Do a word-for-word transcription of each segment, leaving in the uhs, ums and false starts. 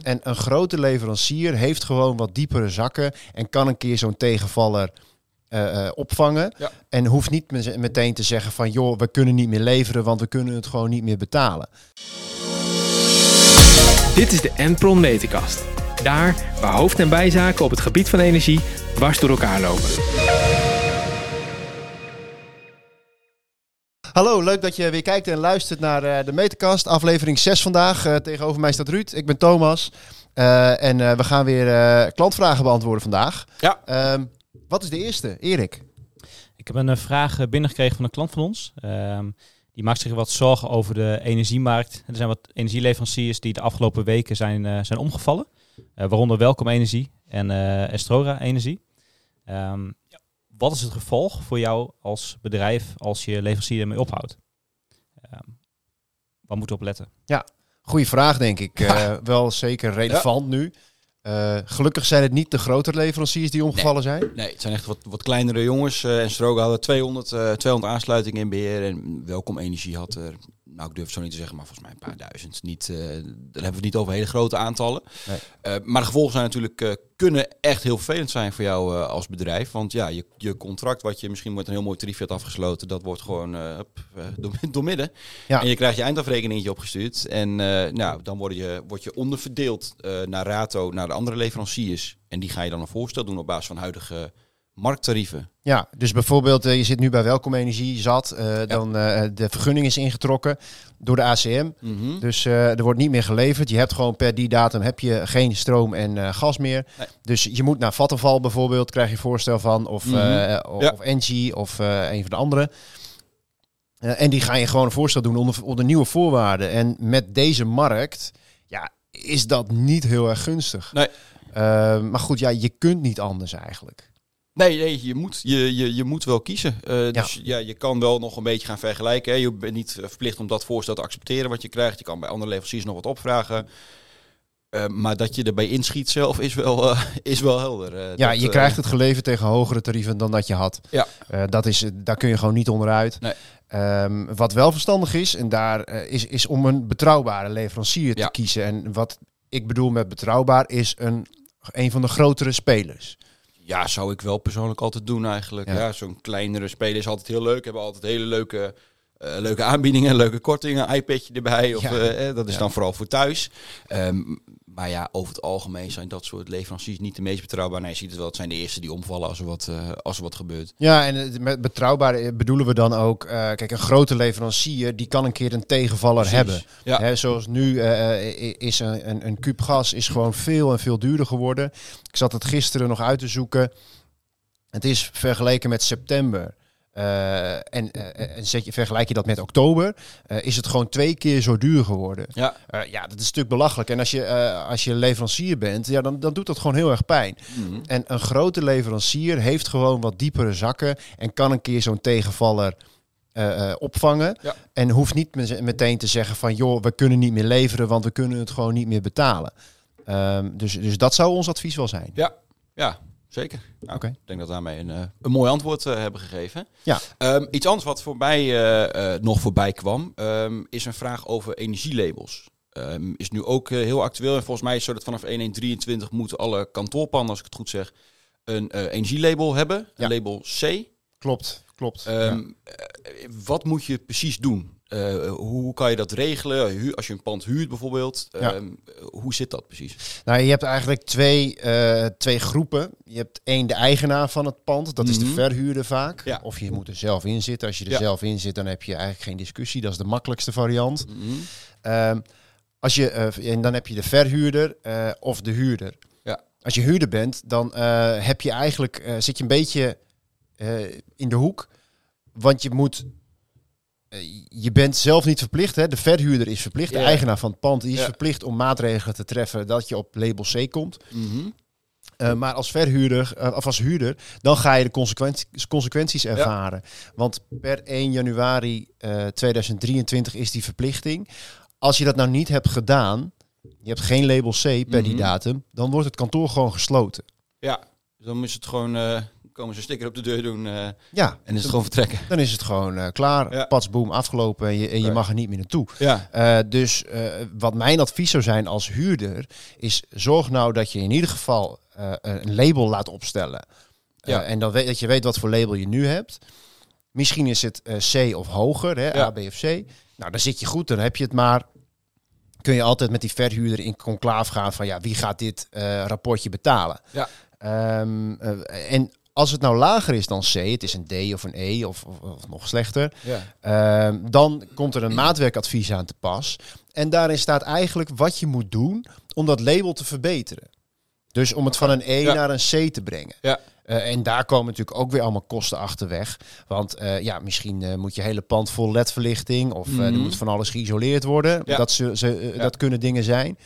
En een grote leverancier heeft gewoon wat diepere zakken en kan een keer zo'n tegenvaller uh, uh, opvangen. Ja. En hoeft niet me- meteen te zeggen van joh, we kunnen niet meer leveren, want we kunnen het gewoon niet meer betalen. Dit is de Enpron Meterkast. Daar waar hoofd- en bijzaken op het gebied van energie dwars door elkaar lopen. Hallo, leuk dat je weer kijkt en luistert naar uh, de Meterkast, aflevering zes vandaag. Uh, tegenover mij staat Ruud, ik ben Thomas. Uh, en uh, we gaan weer uh, klantvragen beantwoorden vandaag. Ja. Uh, wat is de eerste? Erik? Ik heb een uh, vraag binnengekregen van een klant van ons. Uh, die maakt zich wat zorgen over de energiemarkt. Er zijn wat energieleveranciers die de afgelopen weken zijn, uh, zijn omgevallen. Uh, waaronder Welkom Energie en uh, Estrora Energie. Um, ja. Wat is het gevolg voor jou als bedrijf als je leverancier ermee ophoudt? Um, waar moeten we op letten? Ja, goede vraag denk ik. Uh, wel zeker relevant ja. nu. Uh, gelukkig zijn het niet de grotere leveranciers die omgevallen nee. zijn. Nee, het zijn echt wat, wat kleinere jongens. Uh, en Stroga hadden tweehonderd, uh, tweehonderd aansluitingen in beheer. En Welkom Energie had er, nou ik durf het zo niet te zeggen, maar volgens mij een paar duizend. Niet, uh, dan hebben we het niet over hele grote aantallen. Nee. Uh, maar de gevolgen zijn natuurlijk, uh, kunnen echt heel vervelend zijn voor jou uh, als bedrijf. Want ja, je, je contract wat je misschien met een heel mooi tarief hebt afgesloten, dat wordt gewoon uh, up, uh, door, door midden. Ja. En je krijgt je eindafrekeningetje opgestuurd. En uh, nou, dan word je, word je onderverdeeld uh, naar Rato, naar de andere leveranciers. En die ga je dan een voorstel doen op basis van huidige markttarieven. Ja, dus bijvoorbeeld uh, je zit nu bij Welkom Energie zat, uh, ja. dan uh, de vergunning is ingetrokken door de A C M. Mm-hmm. Dus uh, er wordt niet meer geleverd. Je hebt gewoon per die datum heb je geen stroom en uh, gas meer. Nee. Dus je moet naar Vattenfall bijvoorbeeld, krijg je voorstel van, of, mm-hmm. uh, of, ja. of Engie of uh, een van de andere. Uh, en die ga je gewoon een voorstel doen onder, onder nieuwe voorwaarden. En met deze markt, ja, is dat niet heel erg gunstig. Nee. Uh, maar goed, ja, je kunt niet anders eigenlijk. Nee, nee je, moet, je, je, je moet wel kiezen. Uh, ja. Dus ja, je kan wel nog een beetje gaan vergelijken. Hè. Je bent niet verplicht om dat voorstel te accepteren wat je krijgt. Je kan bij andere leveranciers nog wat opvragen. Uh, maar dat je erbij inschiet zelf is wel, uh, is wel helder. Uh, ja, dat, je uh, krijgt het geleverd tegen hogere tarieven dan dat je had. Ja. Uh, dat is, daar kun je gewoon niet onderuit. Nee. Um, wat wel verstandig is, en daar uh, is, is om een betrouwbare leverancier ja. te kiezen. En wat ik bedoel met betrouwbaar is een, een van de grotere spelers. Ja, zou ik wel persoonlijk altijd doen eigenlijk. Ja. Ja, zo'n kleinere speler is altijd heel leuk. Hebben altijd hele leuke, uh, leuke aanbiedingen, leuke kortingen, iPadje erbij. Of, ja. uh, dat is ja. dan vooral voor thuis. Um, maar ja, over het algemeen zijn dat soort leveranciers niet de meest betrouwbaar. Nee, je ziet het wel, het zijn de eerste die omvallen als er wat, uh, als er wat gebeurt. Ja, en met betrouwbaar bedoelen we dan ook... Uh, kijk, een grote leverancier, die kan een keer een tegenvaller Precies. hebben. Ja. He, zoals nu uh, is een, een, een kuub gas is gewoon veel en veel duurder geworden. Ik zat het gisteren nog uit te zoeken. Het is vergeleken met september... Uh, en uh, en zet je, vergelijk je dat met oktober, uh, is het gewoon twee keer zo duur geworden. Ja, uh, ja dat is een stuk belachelijk. En als je, uh, als je leverancier bent, ja, dan, dan doet dat gewoon heel erg pijn. Mm-hmm. En een grote leverancier heeft gewoon wat diepere zakken en kan een keer zo'n tegenvaller uh, uh, opvangen. Ja. En hoeft niet me- meteen te zeggen van joh, we kunnen niet meer leveren, want we kunnen het gewoon niet meer betalen. Um, dus, dus dat zou ons advies wel zijn. Ja, ja. Zeker. Nou, okay. Ik denk dat we daarmee een, uh, een mooi antwoord uh, hebben gegeven. Ja. Um, iets anders wat voorbij, uh, uh, nog voorbij kwam, um, is een vraag over energielabels. Um, is nu ook uh, heel actueel. En volgens mij is het zo dat vanaf één één drieëntwintig moeten alle kantoorpanden, als ik het goed zeg, een uh, energielabel hebben. Ja. Een label C. Klopt, klopt. Um, ja. uh, wat moet je precies doen? Uh, hoe kan je dat regelen? Als je een pand huurt bijvoorbeeld. Ja. Um, hoe zit dat precies? Nou, je hebt eigenlijk twee, uh, twee groepen. Je hebt één de eigenaar van het pand. Dat mm-hmm. is de verhuurder vaak. Ja. Of je moet er zelf in zitten. Als je er ja. zelf in zit, dan heb je eigenlijk geen discussie. Dat is de makkelijkste variant. Mm-hmm. Um, als je, uh, en dan heb je de verhuurder uh, of de huurder. Ja. Als je huurder bent, dan uh, heb je eigenlijk, uh, zit je een beetje uh, in de hoek. Want je moet... Je bent zelf niet verplicht, hè? De verhuurder is verplicht, de yeah. eigenaar van het pand die is yeah. verplicht om maatregelen te treffen dat je op label C komt. Mm-hmm. Uh, maar als verhuurder, uh, of als huurder, dan ga je de consequenties, consequenties ervaren. Ja. Want per één januari uh, tweeduizend drieëntwintig is die verplichting. Als je dat nou niet hebt gedaan, je hebt geen label C per mm-hmm. die datum, dan wordt het kantoor gewoon gesloten. Ja, dan is het gewoon... Uh... komen ze een sticker op de deur doen uh, ja, en is het gewoon vertrekken. Dan is het gewoon uh, klaar, ja. Pats, boem, afgelopen en je, en je mag er niet meer naartoe. Ja. Uh, dus uh, wat mijn advies zou zijn als huurder, is zorg nou dat je in ieder geval uh, een label laat opstellen. Ja. Uh, en dan weet, dat je weet wat voor label je nu hebt. Misschien is het uh, C of hoger, hè, ja. A, B of C. Nou, dan zit je goed, dan heb je het maar. Kun je altijd met die verhuurder in conclaaf gaan van ja, wie gaat dit uh, rapportje betalen? Ja. Um, uh, en als het nou lager is dan C, het is een D of een E of, of, of nog slechter, ja. um, dan komt er een maatwerkadvies aan te pas. En daarin staat eigenlijk wat je moet doen om dat label te verbeteren. Dus om het van een E ja. naar een C te brengen. Ja. Uh, en daar komen natuurlijk ook weer allemaal kosten achterweg. Want uh, ja, misschien uh, moet je hele pand vol L E D-verlichting of mm-hmm. uh, er moet van alles geïsoleerd worden. Ja. Dat, ze, ze, uh, ja. dat kunnen dingen zijn.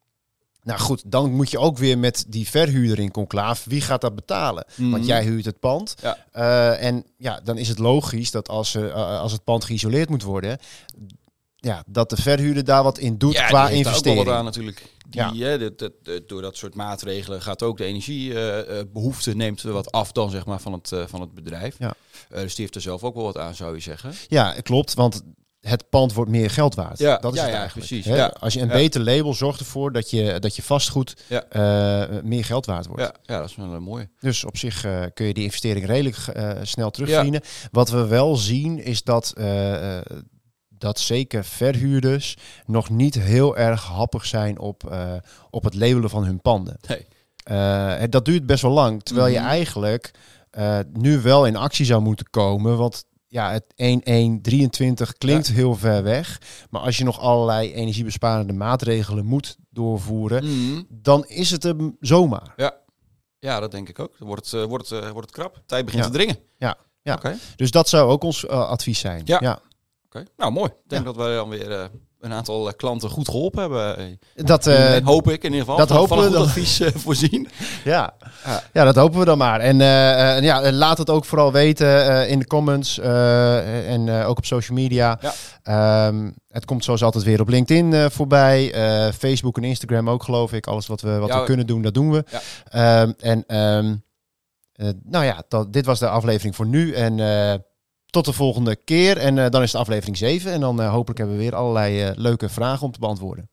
Nou goed, dan moet je ook weer met die verhuurder in conclaaf. Wie gaat dat betalen? Mm-hmm. Want jij huurt het pand. Ja. Uh, en ja, dan is het logisch dat als, uh, als het pand geïsoleerd moet worden, ja, dat de verhuurder daar wat in doet ja, qua die investering. Ook wel wat aan natuurlijk. Die, ja. hè, dit, dit, dit, door dat soort maatregelen gaat ook de energiebehoefte uh, neemt wat af dan zeg maar van het, uh, van het bedrijf. Ja. Uh, dus die heeft er zelf ook wel wat aan, zou je zeggen. Ja, klopt, want het pand wordt meer geld waard. Ja, dat is ja, het ja, eigenlijk. Precies. Hè? Ja. Als je een ja. beter label zorgt ervoor dat je, dat je vastgoed ja. uh, meer geld waard wordt. Ja, ja dat is wel uh, mooi. Dus op zich uh, kun je die investering redelijk uh, snel terugverdienen. Ja. Wat we wel zien is dat, uh, uh, dat zeker verhuurders nog niet heel erg happig zijn op, uh, op het labelen van hun panden. Nee. Uh, dat duurt best wel lang. Terwijl mm-hmm. je eigenlijk uh, nu wel in actie zou moeten komen. Want ja, het één één drieëntwintig klinkt ja. heel ver weg. Maar als je nog allerlei energiebesparende maatregelen moet doorvoeren, mm-hmm. dan is het hem zomaar. Ja, ja dat denk ik ook. Dan wordt het, uh, wordt het, uh, wordt het krap. Tijd begint ja. te dringen. Ja, ja. Okay. Dus dat zou ook ons uh, advies zijn. Ja. ja. Okay. Nou, mooi. Ik denk ja. dat wij dan weer uh, een aantal uh, klanten goed geholpen hebben. Dat uh, hoop ik in ieder geval. Dat van, hopen van een we goed dan. advies uh, voorzien. Ja. Ja. ja, dat hopen we dan maar. En uh, uh, ja, laat het ook vooral weten uh, in de comments uh, en uh, ook op social media. Ja. Um, het komt zoals altijd weer op LinkedIn uh, voorbij. Uh, Facebook en Instagram ook, geloof ik. Alles wat we, wat ja, we kunnen doen, dat doen we. Ja. Um, en um, uh, nou ja, dat, dit was de aflevering voor nu. En uh, tot de volgende keer. En uh, dan is het aflevering zeven. En dan uh, hopelijk hebben we weer allerlei uh, leuke vragen om te beantwoorden.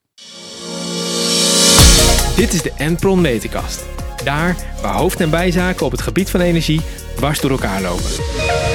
Dit is de Enpron Meterkast. Daar waar hoofd- en bijzaken op het gebied van energie dwars door elkaar lopen.